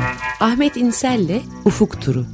Ahmet İnsel'le Ufuk Turu.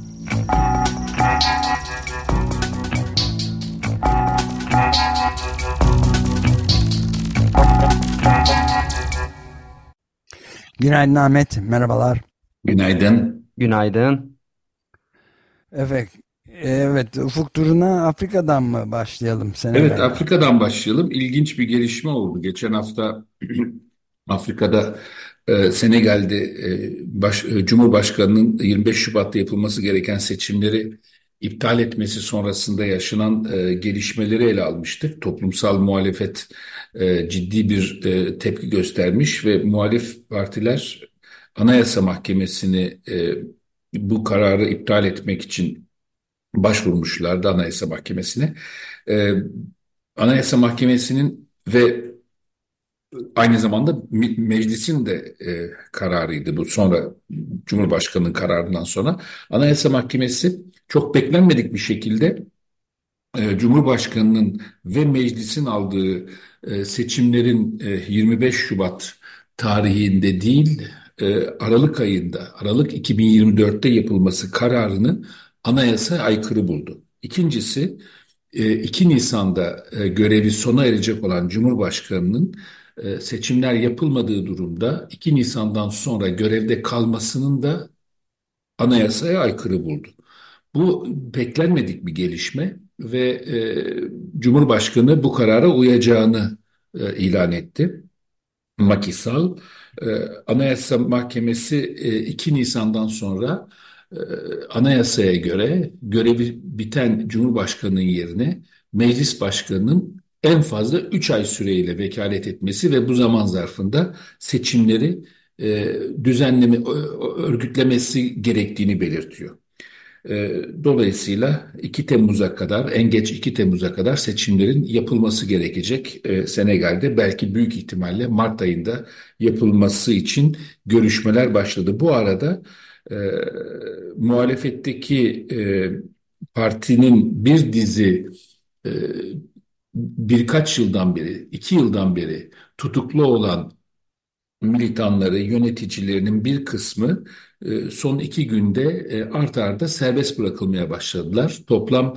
Günaydın Ahmet, merhabalar. Günaydın. Günaydın. Evet, evet, ufuk turuna Afrika'dan mı başlayalım, Evet, Senegal'den? Afrika'dan başlayalım. İlginç bir gelişme oldu. Geçen hafta Afrika'da Senegal'de Cumhurbaşkanı'nın 25 Şubat'ta yapılması gereken seçimleri iptal etmesi sonrasında yaşanan gelişmeleri ele almıştık. Toplumsal muhalefet ciddi bir tepki göstermiş ve muhalif partiler Anayasa Mahkemesi'ni bu kararı iptal etmek için başvurmuşlardı Anayasa Mahkemesi'ne. Ee, Anayasa Mahkemesi'nin ve aynı zamanda meclisin de kararıydı bu. Sonra Cumhurbaşkanı'nın kararından sonra Anayasa Mahkemesi çok beklenmedik bir şekilde Cumhurbaşkanı'nın ve meclisin aldığı seçimlerin 25 Şubat tarihinde değil, Aralık ayında, Aralık 2024'te yapılması kararını anayasaya aykırı buldu. İkincisi, 2 Nisan'da görevi sona erecek olan Cumhurbaşkanı'nın seçimler yapılmadığı durumda 2 Nisan'dan sonra görevde kalmasının da anayasaya aykırı buldu. Bu beklenmedik bir gelişme ve Cumhurbaşkanı bu karara uyacağını ilan etti. Macky Sall, e, Anayasa Mahkemesi 2 Nisan'dan sonra e, anayasaya göre görevi biten Cumhurbaşkanı'nın yerine Meclis Başkanı'nın en fazla 3 ay süreyle vekalet etmesi ve bu zaman zarfında seçimleri örgütlemesi gerektiğini belirtiyor. Dolayısıyla 2 Temmuz'a kadar, en geç 2 Temmuz'a kadar seçimlerin yapılması gerekecek Senegal'de. Belki büyük ihtimalle Mart ayında yapılması için görüşmeler başladı. Bu arada e, muhalefetteki partinin bir dizi e, birkaç yıldan beri, 2 yıldan beri tutuklu olan militanları, yöneticilerinin bir kısmı son 2 günde art arda serbest bırakılmaya başladılar. Toplam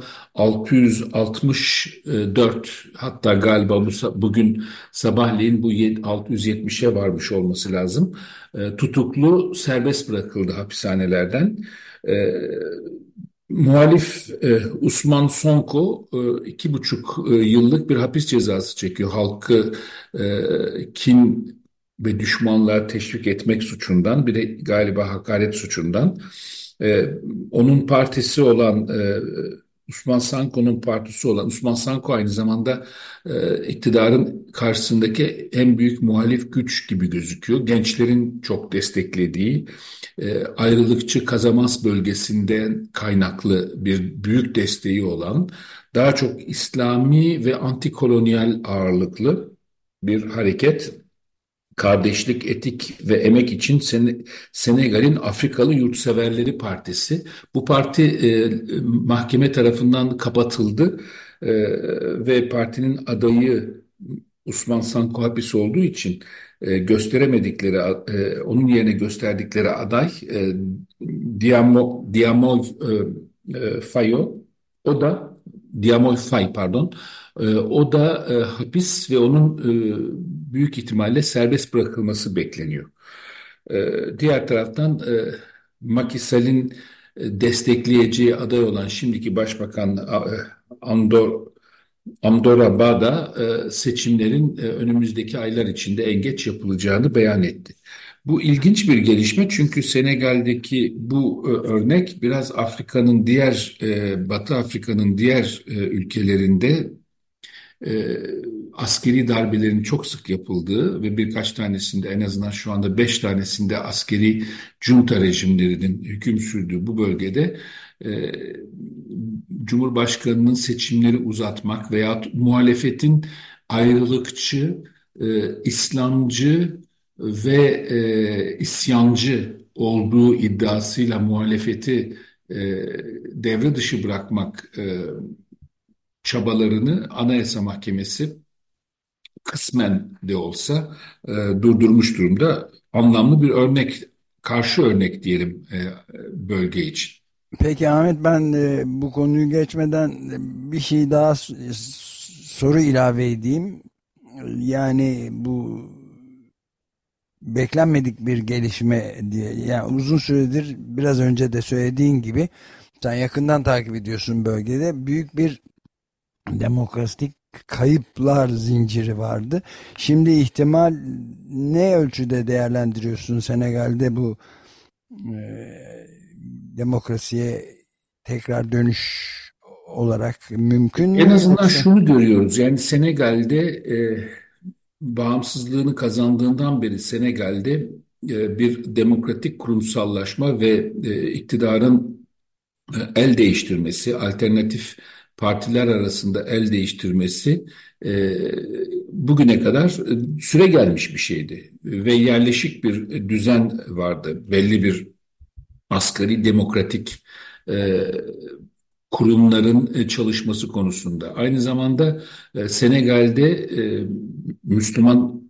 664, hatta galiba bugün sabahleyin bu 670'e varmış olması lazım. Tutuklu serbest bırakıldı hapishanelerden. E, Muhalif Usman Sonko 2,5 yıllık bir hapis cezası çekiyor. Halkı kin ve düşmanlığa teşvik etmek suçundan, bir de galiba hakaret suçundan. E, Onun partisi olan Usman Sanko'nun partisi olan Usman Sanko aynı zamanda iktidarın karşısındaki en büyük muhalif güç gibi gözüküyor. Gençlerin çok desteklediği ayrılıkçı Kazamas bölgesinden kaynaklı bir büyük desteği olan, daha çok İslami ve antikolonyal ağırlıklı bir hareket. Kardeşlik, Etik ve Emek için Senegal'in Afrikalı Yurtseverleri Partisi. Bu parti mahkeme tarafından kapatıldı ve partinin adayı Usman Sanko hapis olduğu için gösteremedikleri, onun yerine gösterdikleri aday Diamoy Fayo, o da Diamoy Faye, pardon. O da hapis ve onun büyük ihtimalle serbest bırakılması bekleniyor. Diğer taraftan Macky Sall'in destekleyeceği aday olan şimdiki Başbakan Amdora Ba da seçimlerin önümüzdeki aylar içinde en geç yapılacağını beyan etti. Bu ilginç bir gelişme, çünkü Senegal'deki bu örnek biraz Batı Afrika'nın diğer ülkelerinde e, askeri darbelerin çok sık yapıldığı ve birkaç tanesinde, en azından şu anda 5 tanesinde, askeri junta rejimlerinin hüküm sürdüğü bu bölgede e, Cumhurbaşkanının seçimleri uzatmak veya muhalefetin ayrılıkçı, İslamcı ve isyancı olduğu iddiasıyla muhalefeti e, devre dışı bırakmak çabalarını Anayasa Mahkemesi kısmen de olsa durdurmuş durumda. Anlamlı bir örnek karşı örnek diyelim bölge için. Peki Ahmet, ben bu konuyu geçmeden bir şey daha soru ilave edeyim. Yani bu beklenmedik bir gelişme diye, yani uzun süredir biraz önce de söylediğin gibi sen yakından takip ediyorsun, bölgede büyük bir demokratik kayıplar zinciri vardı. Şimdi ihtimal ne ölçüde değerlendiriyorsun Senegal'de bu e, demokrasiye tekrar dönüş olarak mümkün En mü azından yoksa? şunu görüyoruz. Yani Senegal'de bağımsızlığını kazandığından beri Senegal'de bir demokratik kurumsallaşma ve iktidarın el değiştirmesi, alternatif partiler arasında el değiştirmesi e, bugüne kadar süre gelmiş bir şeydi. Ve yerleşik bir düzen vardı. Belli bir asgari demokratik e, kurumların çalışması konusunda. Aynı zamanda Senegal'de Müslüman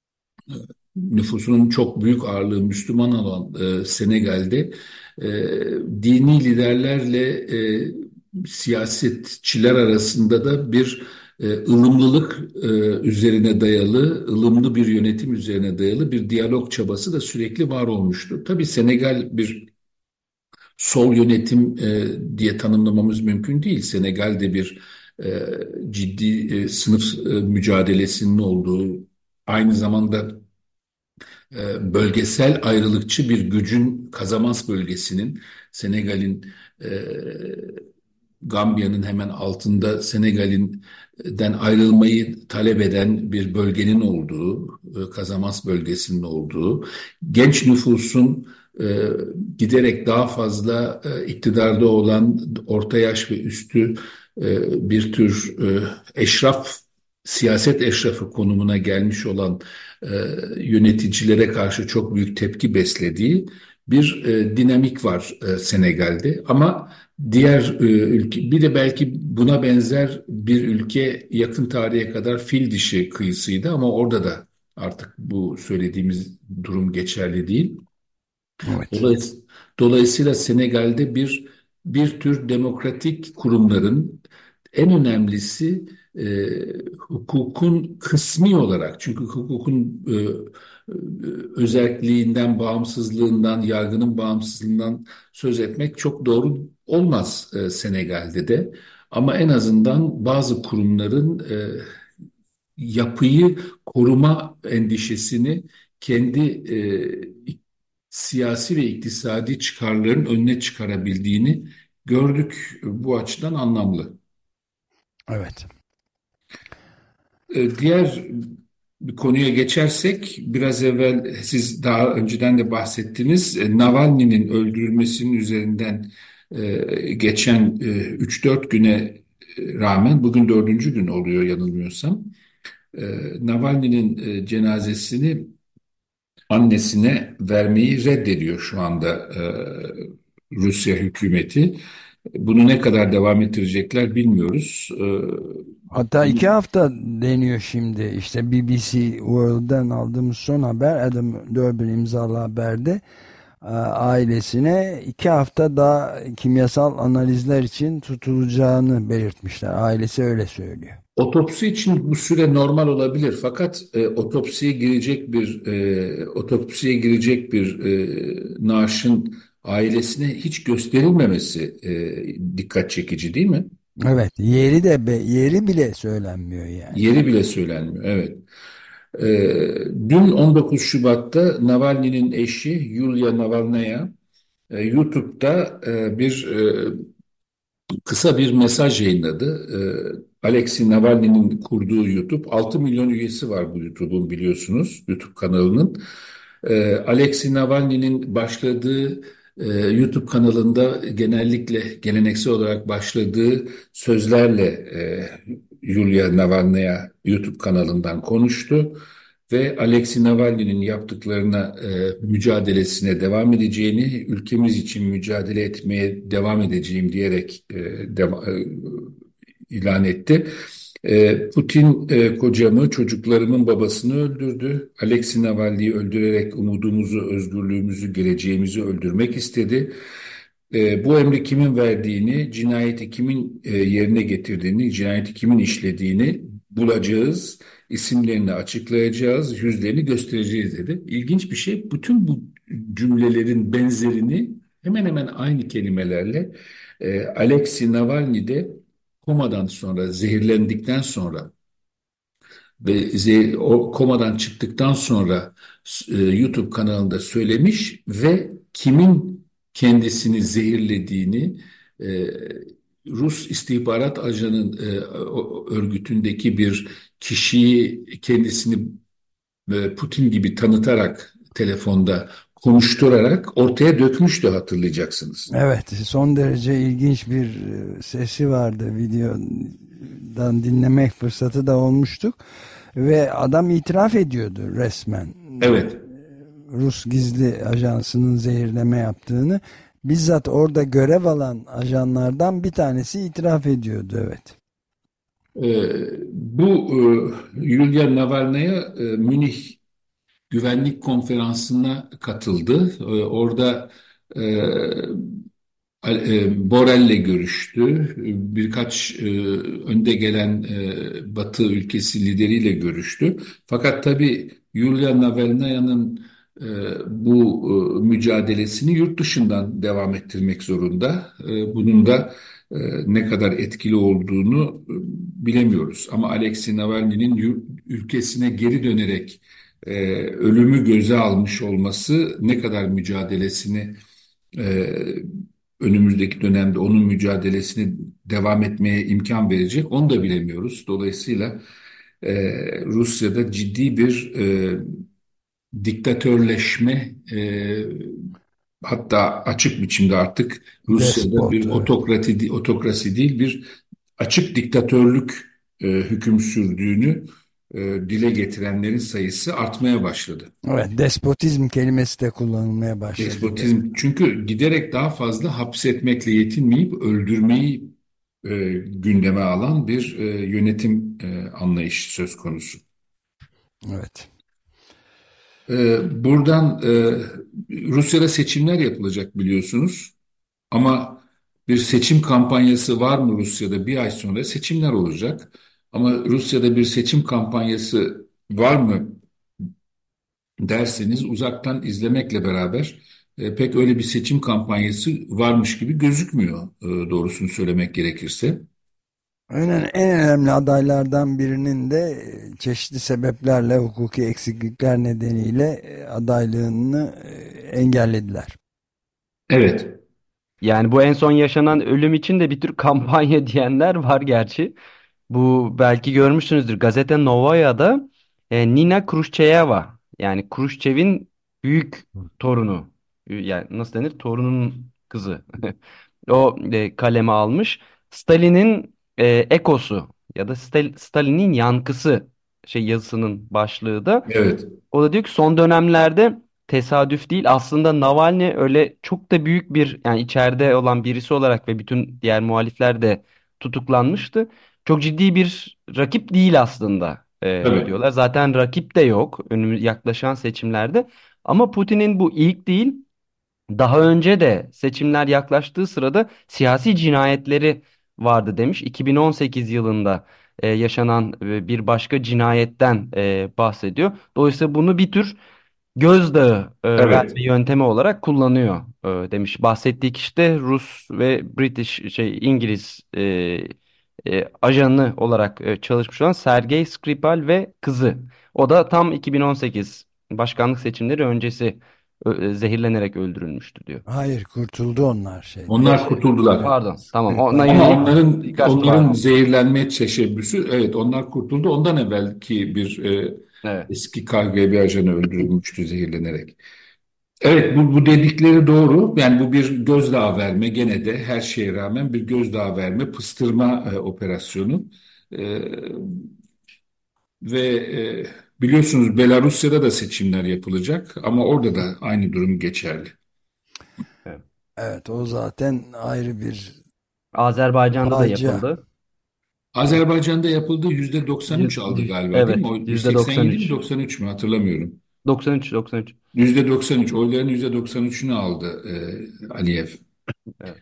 nüfusunun çok büyük ağırlığı Müslüman olan Senegal'de e, dini liderlerle siyasetçiler arasında da bir ılımlılık üzerine dayalı, ılımlı bir yönetim üzerine dayalı bir diyalog çabası da sürekli var olmuştu. Tabii Senegal bir sol yönetim diye tanımlamamız mümkün değil. Senegal'de bir ciddi sınıf mücadelesinin olduğu, aynı zamanda bölgesel ayrılıkçı bir gücün Kazamas bölgesinin Senegal'in e, Gambiya'nın hemen altında Senegal'den ayrılmayı talep eden bir bölgenin olduğu, Kazamas bölgesinin olduğu, genç nüfusun giderek daha fazla iktidarda olan orta yaş ve üstü bir tür eşraf, siyaset eşrafı konumuna gelmiş olan e, yöneticilere karşı çok büyük tepki beslediği bir dinamik var Senegal'de. Ama diğer ülke, bir de belki buna benzer bir ülke yakın tarihe kadar fil dişi kıyısıydı ama orada da artık bu söylediğimiz durum geçerli değil. Evet. Dolayısıyla, dolayısıyla Senegal'de bir tür demokratik kurumların en önemlisi hukukun kısmi olarak, çünkü hukukun özelliğinden, bağımsızlığından, yargının bağımsızlığından söz etmek çok doğru olmaz Senegal'de de. Ama en azından bazı kurumların yapıyı koruma endişesini kendi siyasi ve iktisadi çıkarların önüne çıkarabildiğini gördük. Bu açıdan anlamlı. Evet. Diğer bir konuya geçersek, biraz evvel siz daha önceden de bahsettiniz. Navalny'nin öldürülmesinin üzerinden geçen 3-4 güne rağmen, bugün dördüncü gün oluyor yanılmıyorsam, e, Navalny'nin cenazesini annesine vermeyi reddediyor şu anda Rusya hükümeti. Bunu ne kadar devam ettirecekler bilmiyoruz. Hatta 2 hafta deniyor şimdi. İşte BBC World'den aldığımız son haber, Adam Durbin imzalı haberde ailesine 2 hafta daha kimyasal analizler için tutulacağını belirtmişler. Ailesi öyle söylüyor. Otopsi için bu süre normal olabilir, fakat otopsiye girecek bir naaşın ailesine hiç gösterilmemesi dikkat çekici, değil mi? Evet, yeri de yeri bile söylenmiyor yani. Yeri bile söylenmiyor. Evet. Dün 19 Şubat'ta Navalny'nin eşi Yulia Navalnaya YouTube'da kısa bir mesaj yayınladı. Alexei Navalny'nin kurduğu YouTube, 6 milyon üyesi var bu YouTube'un, biliyorsunuz, YouTube kanalının. Alexei Navalny'nin başladığı YouTube kanalında genellikle geleneksel olarak başladığı sözlerle Yulia Navalnaya YouTube kanalından konuştu ve Alexei Navalny'nin yaptıklarına, mücadelesine devam edeceğini, ülkemiz için mücadele etmeye devam edeceğim diyerek ilan etti. Putin kocamı, çocuklarımın babasını öldürdü. Alexei Navalny'yi öldürerek umudumuzu, özgürlüğümüzü, geleceğimizi öldürmek istedi. Bu emri kimin verdiğini, cinayeti kimin yerine getirdiğini, cinayeti kimin işlediğini bulacağız. İsimlerini açıklayacağız, yüzlerini göstereceğiz dedi. İlginç bir şey, bütün bu cümlelerin benzerini hemen hemen aynı kelimelerle Alexei Navalny de komadan sonra, zehirlendikten sonra ve o komadan çıktıktan sonra YouTube kanalında söylemiş ve kimin kendisini zehirlediğini e, Rus istihbarat ajanın örgütündeki bir kişiyi kendisini Putin gibi tanıtarak telefonda konuşturarak ortaya dökmüştü, hatırlayacaksınız. Evet, son derece ilginç bir sesi vardı. Videodan dinlemek fırsatı da olmuştuk. Ve adam itiraf ediyordu resmen. Evet. Rus gizli ajansının zehirleme yaptığını. Bizzat orada görev alan ajanlardan bir tanesi itiraf ediyordu, evet. Bu Yulia Navalnaya Münih Güvenlik Konferansı'na katıldı. Orada e, Borrell'le görüştü. Birkaç önde gelen Batı ülkesi lideriyle görüştü. Fakat tabii Yulia Navalnaya'nın e, bu mücadelesini yurt dışından devam ettirmek zorunda. Bunun da ne kadar etkili olduğunu bilemiyoruz. Ama Alexei Navalny'nin ülkesine geri dönerek ölümü göze almış olması ne kadar mücadelesini e, önümüzdeki dönemde onun mücadelesini devam etmeye imkan verecek, onu da bilemiyoruz. Dolayısıyla Rusya'da ciddi bir diktatörleşme, hatta açık biçimde artık Rusya'da Despot, bir evet. otokrasi değil, bir açık diktatörlük hüküm sürdüğünü dile getirenlerin sayısı artmaya başladı. Evet, despotizm kelimesi de kullanılmaya başladı. Despotizm, çünkü giderek daha fazla hapsetmekle yetinmeyip öldürmeyi gündeme alan bir yönetim anlayışı söz konusu. Evet. Buradan Rusya'da seçimler yapılacak biliyorsunuz, ama bir seçim kampanyası var mı Rusya'da? Bir ay sonra seçimler olacak. Ama Rusya'da bir seçim kampanyası var mı derseniz, uzaktan izlemekle beraber pek öyle bir seçim kampanyası varmış gibi gözükmüyor, doğrusunu söylemek gerekirse. En önemli adaylardan birinin de çeşitli sebeplerle, hukuki eksiklikler nedeniyle adaylığını engellediler. Evet, Yani bu en son yaşanan ölüm için de bir tür kampanya diyenler var gerçi. Bu belki görmüşsünüzdür. Gazete Novaya'da Nina Khrushcheva, yani Khrushchev'in büyük torunu, yani nasıl denir? Torunun kızı. O kaleme almış. Stalin'in ekosu ya da Stalin'in yankısı şey yazısının başlığı da. evet, O da diyor ki son dönemlerde tesadüf değil, aslında Navalny öyle çok da büyük bir, yani içeride olan birisi olarak ve bütün diğer muhalifler de tutuklanmıştı. Çok ciddi bir rakip değil aslında tabii, diyorlar. Zaten rakip de yok önümüz yaklaşan seçimlerde. Ama Putin'in bu ilk değil, daha önce de seçimler yaklaştığı sırada siyasi cinayetleri vardı demiş. 2018 yılında yaşanan bir başka cinayetten bahsediyor. Dolayısıyla bunu bir tür gözdağı evet, verme yöntemi olarak kullanıyor demiş. Bahsettiği kişi de Rus ve İngiliz ajanı olarak çalışmış olan Sergey Skripal ve kızı. O da tam 2018 başkanlık seçimleri öncesi zehirlenerek öldürülmüştü diyor. Hayır, kurtuldu onlar şeyde. onlar kurtuldular. Pardon, tamam. Ona Ama yönelik suikast onların vardı. zehirlenme teşebbüsü, evet, onlar kurtuldu. Ondan evvelki bir Evet. eski KGB ajanı öldürülmüştü zehirlenerek. Evet, bu dedikleri doğru. Yani bu bir gözdağı verme, gene de her şeye rağmen bir gözdağı verme, pıstırma operasyonu. E, ve biliyorsunuz Belarusya'da da seçimler yapılacak, ama orada da aynı durum geçerli. Evet. Evet, o zaten ayrı bir Azerbaycan'da da facia. yapıldı. Azerbaycan'da yapıldığı %93 aldı galiba, değil mi? Evet, O yüzde 187 mi 93. 93 mü hatırlamıyorum. 93, 93. %93, oyların %93'ünü aldı Aliyev. Evet.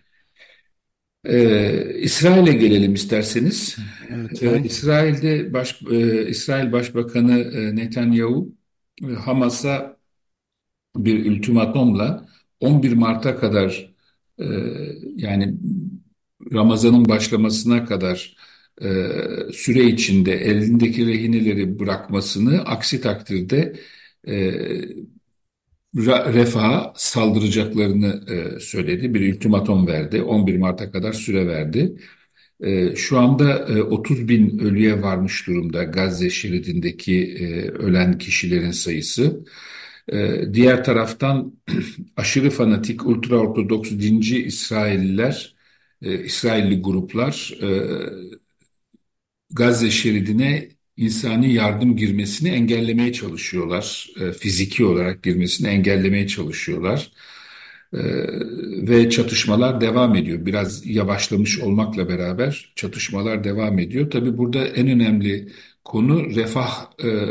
İsrail'e gelelim isterseniz. Lütfen. İsrail Başbakanı Netanyahu Hamas'a bir ultimatomla 11 Mart'a kadar, e, yani Ramazan'ın başlamasına kadar e, süre içinde elindeki rehineleri bırakmasını, aksi takdirde e, refaha saldıracaklarını söyledi. Bir ultimatom verdi. 11 Mart'a kadar süre verdi. Şu anda 30 bin ölüye varmış durumda Gazze şeridindeki ölen kişilerin sayısı. Diğer taraftan aşırı fanatik, ultraortodoks dinci İsrailliler, İsrailli gruplar Gazze şeridine insani yardım girmesini engellemeye çalışıyorlar. Fiziki olarak girmesini engellemeye çalışıyorlar. E, Ve çatışmalar devam ediyor. Biraz yavaşlamış olmakla beraber çatışmalar devam ediyor. Tabii burada en önemli konu Refah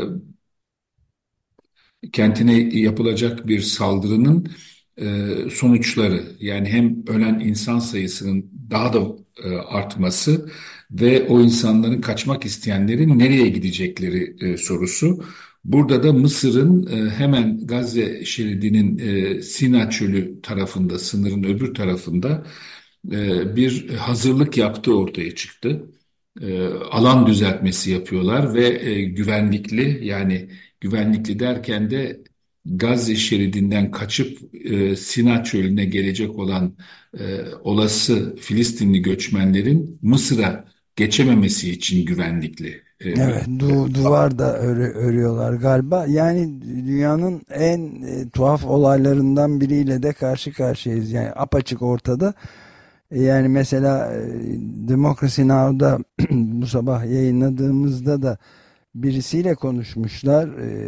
kentine yapılacak bir saldırının sonuçları. Yani hem ölen insan sayısının daha da artması ve o insanların, kaçmak isteyenlerin nereye gidecekleri sorusu. Burada da Mısır'ın hemen Gazze şeridinin Sina Çölü tarafında, sınırın öbür tarafında bir hazırlık yaptığı ortaya çıktı. Alan düzeltmesi yapıyorlar ve güvenlikli, yani güvenlikli derken de Gazze şeridinden kaçıp Sina Çölü'ne gelecek olan olası Filistinli göçmenlerin Mısır'a geçememesi için güvenlikli. Evet, duvar da örüyorlar galiba. Yani dünyanın en tuhaf olaylarından biriyle de karşı karşıyayız. Yani apaçık ortada. Yani mesela Democracy Now'da bu sabah yayınladığımızda da birisiyle konuşmuşlar.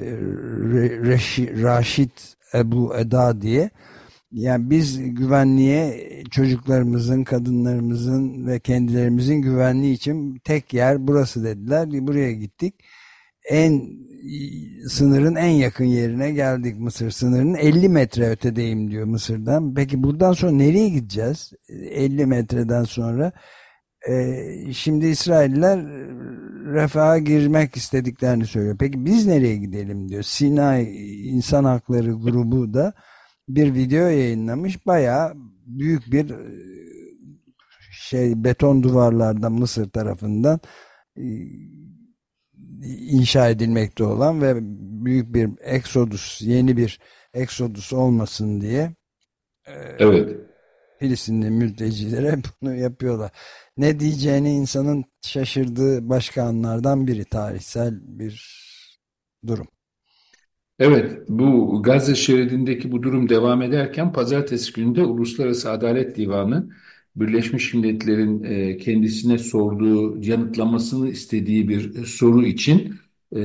Raşit Ebu Eda diye. Yani biz güvenliğe, çocuklarımızın, kadınlarımızın ve kendilerimizin güvenliği için tek yer burası dediler. Buraya gittik. En sınırın en yakın yerine geldik, Mısır sınırının 50 metre ötedeyim diyor Mısır'dan. Peki buradan sonra nereye gideceğiz? 50 metreden sonra şimdi İsrailler refaha girmek istediklerini söylüyor. Peki biz nereye gidelim diyor. Sinay İnsan Hakları grubu da bir video yayınlamış. Bayağı büyük bir beton duvarlardan Mısır tarafından e, inşa edilmekte olan ve büyük bir eksodus, yeni bir eksodus olmasın diye e, Evet. Filistinli mültecilere bunu yapıyorlar. Ne diyeceğini insanın şaşırdığı başka anlardan biri, tarihsel bir durum. Evet, bu Gazze şeridindeki bu durum devam ederken Pazartesi günü de Uluslararası Adalet Divanı Birleşmiş Milletler'in kendisine sorduğu, yanıtlamasını istediği bir soru için e,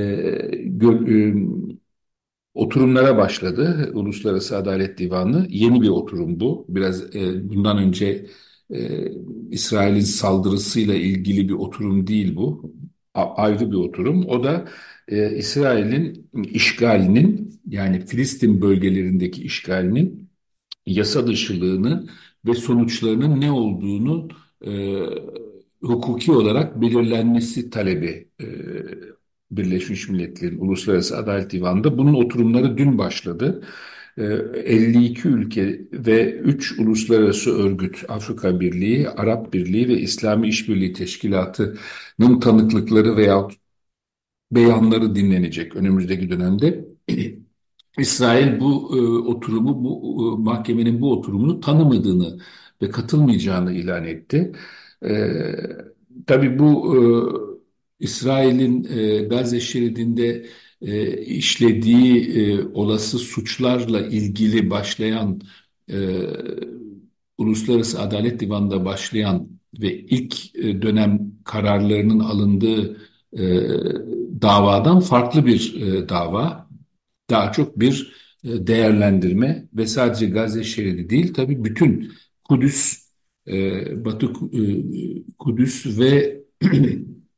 oturumlara başladı. Uluslararası Adalet Divanı yeni bir oturum bu. Biraz bundan önce e, İsrail'in saldırısıyla ilgili bir oturum değil bu. Ayrı bir oturum. O da İsrail'in işgalinin, yani Filistin bölgelerindeki işgalinin yasa dışılığını ve sonuçlarının ne olduğunu e, hukuki olarak belirlenmesi talebi Birleşmiş Milletler'in Uluslararası Adalet Divanı'nda. Bunun oturumları dün başladı. 52 ülke ve 3 uluslararası örgüt, Afrika Birliği, Arap Birliği ve İslami İşbirliği Teşkilatı'nın tanıklıkları veya beyanları dinlenecek önümüzdeki dönemde. İsrail bu oturumu, bu mahkemenin bu oturumunu tanımadığını ve katılmayacağını ilan etti. E, tabii bu İsrail'in Gazze şeridinde işlediği olası suçlarla ilgili başlayan, e, Uluslararası Adalet Divanı'nda başlayan ve ilk dönem kararlarının alındığı e, davadan farklı bir dava. Daha çok bir değerlendirme ve sadece Gazze şeridi değil, tabii Kudüs, Batı Kudüs ve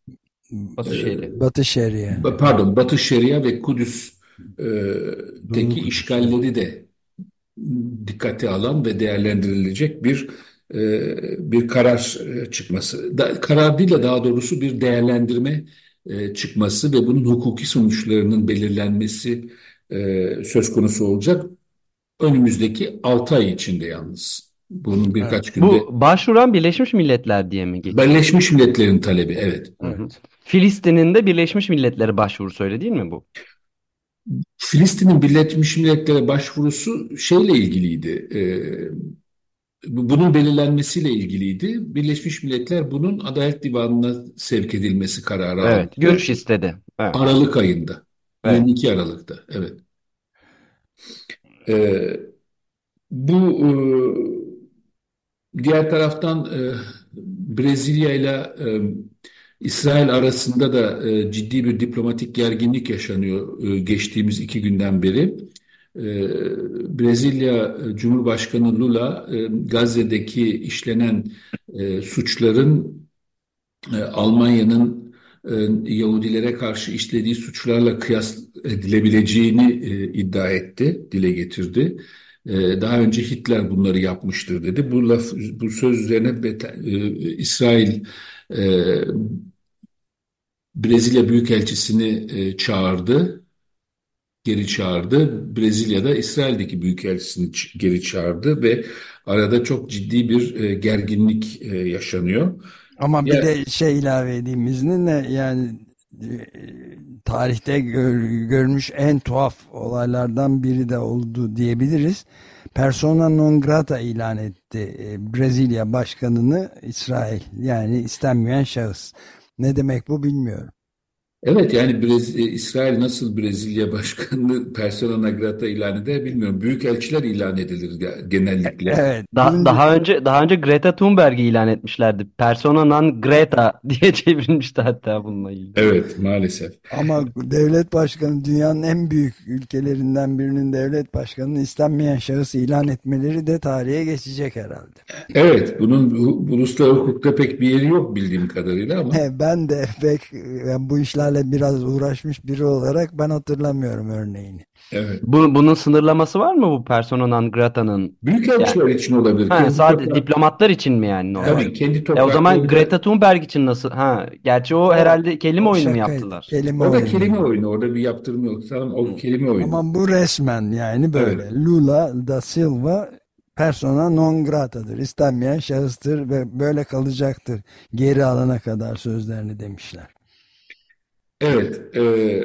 Batı Şeria. Batı Şeria. pardon, Batı Şeria ve Kudüs Doğu teki Kudüs. Evet. işgalleri de dikkate alan ve değerlendirilecek bir karar çıkması. Karar değil de daha doğrusu bir değerlendirme çıkması ve bunun hukuki sonuçlarının belirlenmesi söz konusu olacak. Önümüzdeki 6 ay içinde yalnız. Bunun Evet. birkaç günde Bu başvuran Birleşmiş Milletler diye mi geçiyor? Birleşmiş Milletler'in talebi, evet. Hı hı. Evet. Filistin'in de Birleşmiş Milletler'e başvurusu öyle değil mi bu? Filistin'in Birleşmiş Milletler'e başvurusu şeyle ilgiliydi. Bunun belirlenmesiyle ilgiliydi. Birleşmiş Milletler bunun Adalet Divanı'na sevk edilmesi kararı Evet. almıştı. Görüş istedi. Evet. Aralık ayında. Evet. 22 Aralık'ta. Evet. Ee, bu diğer taraftan Brezilya ile İsrail arasında da ciddi bir diplomatik gerginlik yaşanıyor geçtiğimiz 2 günden beri. E, Brezilya Cumhurbaşkanı Lula Gazze'deki işlenen suçların Almanya'nın Yahudilere karşı işlediği suçlarla kıyas edilebileceğini iddia etti, dile getirdi. Daha önce Hitler bunları yapmıştır dedi. Bu söz üzerine İsrail e, Brezilya Büyükelçisini geri çağırdı. Brezilya'da İsrail'deki Büyükelçisini geri çağırdı ve arada çok ciddi bir gerginlik yaşanıyor. Ama bir Ya, de şey ilave edeyim izninle, yani e, tarihte görmüş en tuhaf olaylardan biri de oldu diyebiliriz. Persona non grata ilan etti Brezilya başkanını İsrail, yani istenmeyen şahıs. Ne demek bu bilmiyorum. evet, yani İsrail nasıl Brezilya Başkanı'nı persona non grata ilan eder bilmiyorum. Büyükelçiler ilan edilir genellikle. Evet, Daha önce Greta Thunberg'i ilan etmişlerdi. Persona non grata diye çevrilmişti hatta bununla ilgili. Evet, maalesef. ama devlet başkanı, dünyanın en büyük ülkelerinden birinin devlet başkanını istenmeyen şahıs ilan etmeleri de tarihe geçecek herhalde. Evet, bunun uluslararası hukukta pek bir yeri yok bildiğim kadarıyla ama Ben de pek bu işlerle biraz uğraşmış biri olarak ben hatırlamıyorum örneğini. evet. Bunun sınırlaması var mı bu persona non grata'nın? Yani Büyükelçiler için olabilir. sadece diplomatlar için mi yani normal? Tabii kendi O zaman topraklarında Greta Thunberg için nasıl? Gerçi o O, herhalde kelime o oyunu mu şakaydı. yaptılar? Kelime orada kelime oyunu. oyunu, orada bir yaptırım yok. Tamam, o kelime oyunu. Ama bu resmen yani Evet. böyle. Lula da Silva persona non grata'dır. İstenmeyen şahıstır ve böyle kalacaktır. Geri alana kadar sözlerini demişler. Evet.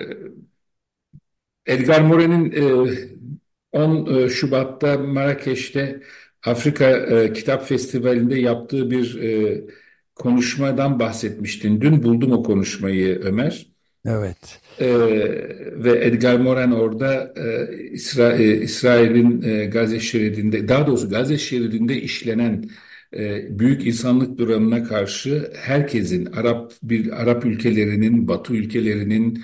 Edgar Morin'in 10 Şubat'ta Marrakeş'te Afrika Kitap Festivali'nde yaptığı bir konuşmadan bahsetmiştin. Dün buldum o konuşmayı, Ömer. Evet. Ve Edgar Morin orada İsrail'in Gazze şeridinde, daha doğrusu Gazze şeridinde işlenen büyük insanlık dramına karşı herkesin, Arap ülkelerinin, Batı ülkelerinin,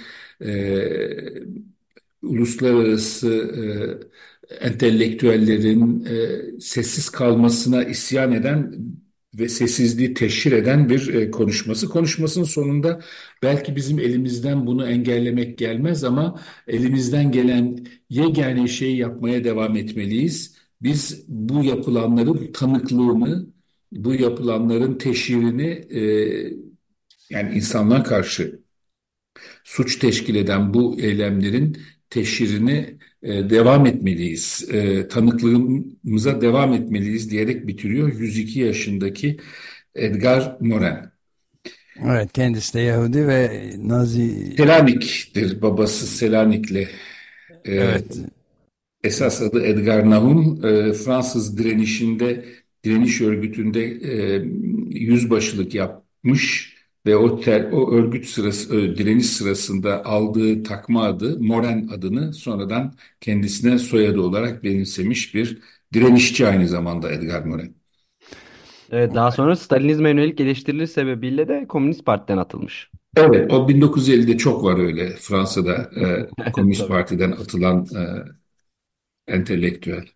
uluslararası entelektüellerin sessiz kalmasına isyan eden ve sessizliği teşhir eden bir konuşması. Konuşmasının sonunda belki bizim elimizden bunu engellemek gelmez ama elimizden gelen yegane şeyi yapmaya devam etmeliyiz. Biz bu yapılanların tanıklığını, bu yapılanların teşhirini, yani insanlığa karşı suç teşkil eden bu eylemlerin teşhirini devam etmeliyiz. Tanıklığımıza devam etmeliyiz diyerek bitiriyor 102 yaşındaki Edgar Morin. Evet, kendisi de Yahudi ve Nazi. Selanik'tir, babası Selanikli. E, Evet. Esas adı Edgar Nahum. Fransız direniş örgütünde yüzbaşılık yapmış ve o direniş sırasında aldığı takma adı Moren adını sonradan kendisine soyadı olarak benimsemiş bir direnişçi aynı zamanda Edgar Morin. Evet, daha sonra Stalinizme yönelik eleştirileri sebebiyle de Komünist Parti'den atılmış. Evet, o 1950'de çok var öyle Fransa'da Komünist Tabii. Parti'den atılan entelektüel.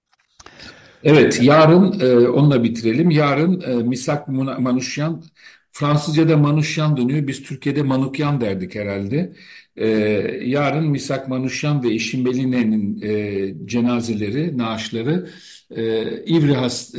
Evet, yarın onunla bitirelim. Yarın Misak Manuşyan Fransızca'da Manuşyan dönüyor. Biz Türkiye'de Manukyan derdik herhalde. E, Yarın Misak Manuşyan ve Eşim Beline'nin cenazeleri, naaşları İvrihas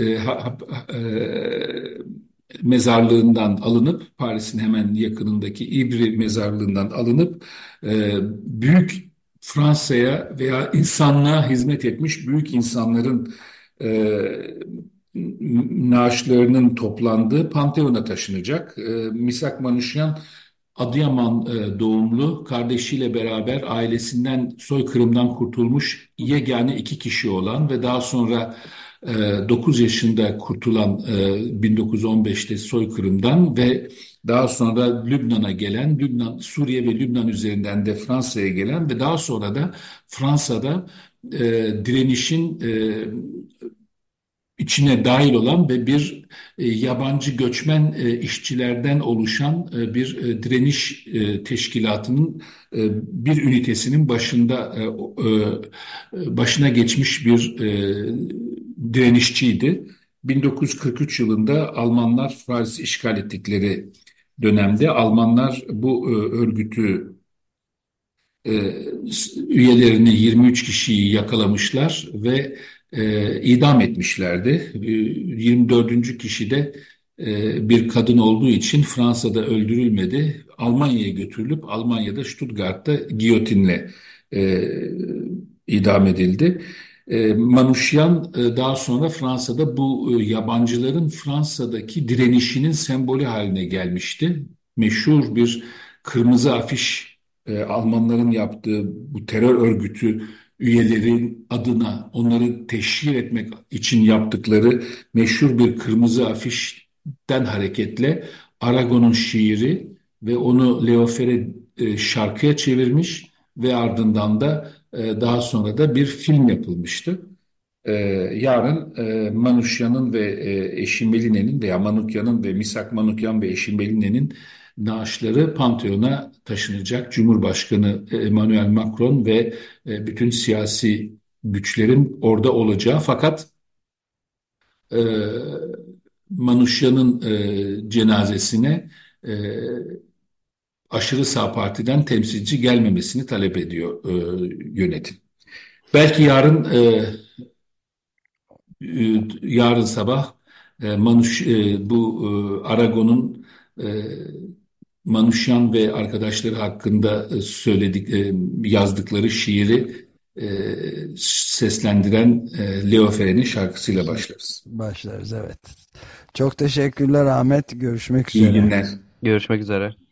mezarlığından alınıp, Paris'in hemen yakınındaki İvri mezarlığından alınıp büyük Fransa'ya veya insanlığa hizmet etmiş büyük insanların e, naaşlarının toplandığı Panteon'a taşınacak. Misak Manuşyan Adıyaman doğumlu, kardeşiyle beraber ailesinden soykırımdan kurtulmuş yegane iki kişi olan ve daha sonra 9 yaşında kurtulan 1915'te soykırımdan ve daha sonra Lübnan'a gelen, Suriye ve Lübnan üzerinden de Fransa'ya gelen ve daha sonra da Fransa'da direnişin içine dahil olan ve bir yabancı göçmen işçilerden oluşan bir direniş teşkilatının bir ünitesinin başına geçmiş bir direnişçiydi. 1943 yılında Almanlar Paris'i işgal ettikleri dönemde Almanlar bu örgütü e, üyelerini 23 kişiyi yakalamışlar ve idam etmişlerdi. 24. kişi de bir kadın olduğu için Fransa'da öldürülmedi. Almanya'ya götürülüp Almanya'da Stuttgart'ta giyotinle e, idam edildi. Manuşyan daha sonra Fransa'da bu yabancıların Fransa'daki direnişinin sembolü haline gelmişti. Meşhur bir kırmızı afiş Almanların yaptığı bu terör örgütü üyelerin adına onları teşhir etmek için yaptıkları meşhur bir kırmızı afişten hareketle Aragon'un şiiri ve onu Leo Ferre şarkıya çevirmiş ve ardından da daha sonra da bir film yapılmıştı. Ee, Yarın Manuşyan'ın ve Eşim Meline'nin veya Manukya'nın ve Misak Manukyan ve Eşim Meline'nin naaşları Pantheon'a taşınacak. Cumhurbaşkanı Emmanuel Macron ve bütün siyasi güçlerin orada olacağı. Fakat e, Manuşyan'ın cenazesine e, aşırı sağ partiden temsilci gelmemesini talep ediyor yönetim. Belki yarın sabah bu Aragon'un e, Manuşyan ve arkadaşları hakkında yazdıkları şiiri seslendiren Leo Ferre'nin şarkısıyla başlarız. Başlarız, evet. Çok teşekkürler Ahmet. Görüşmek İyi üzere. günler. Görüşmek üzere.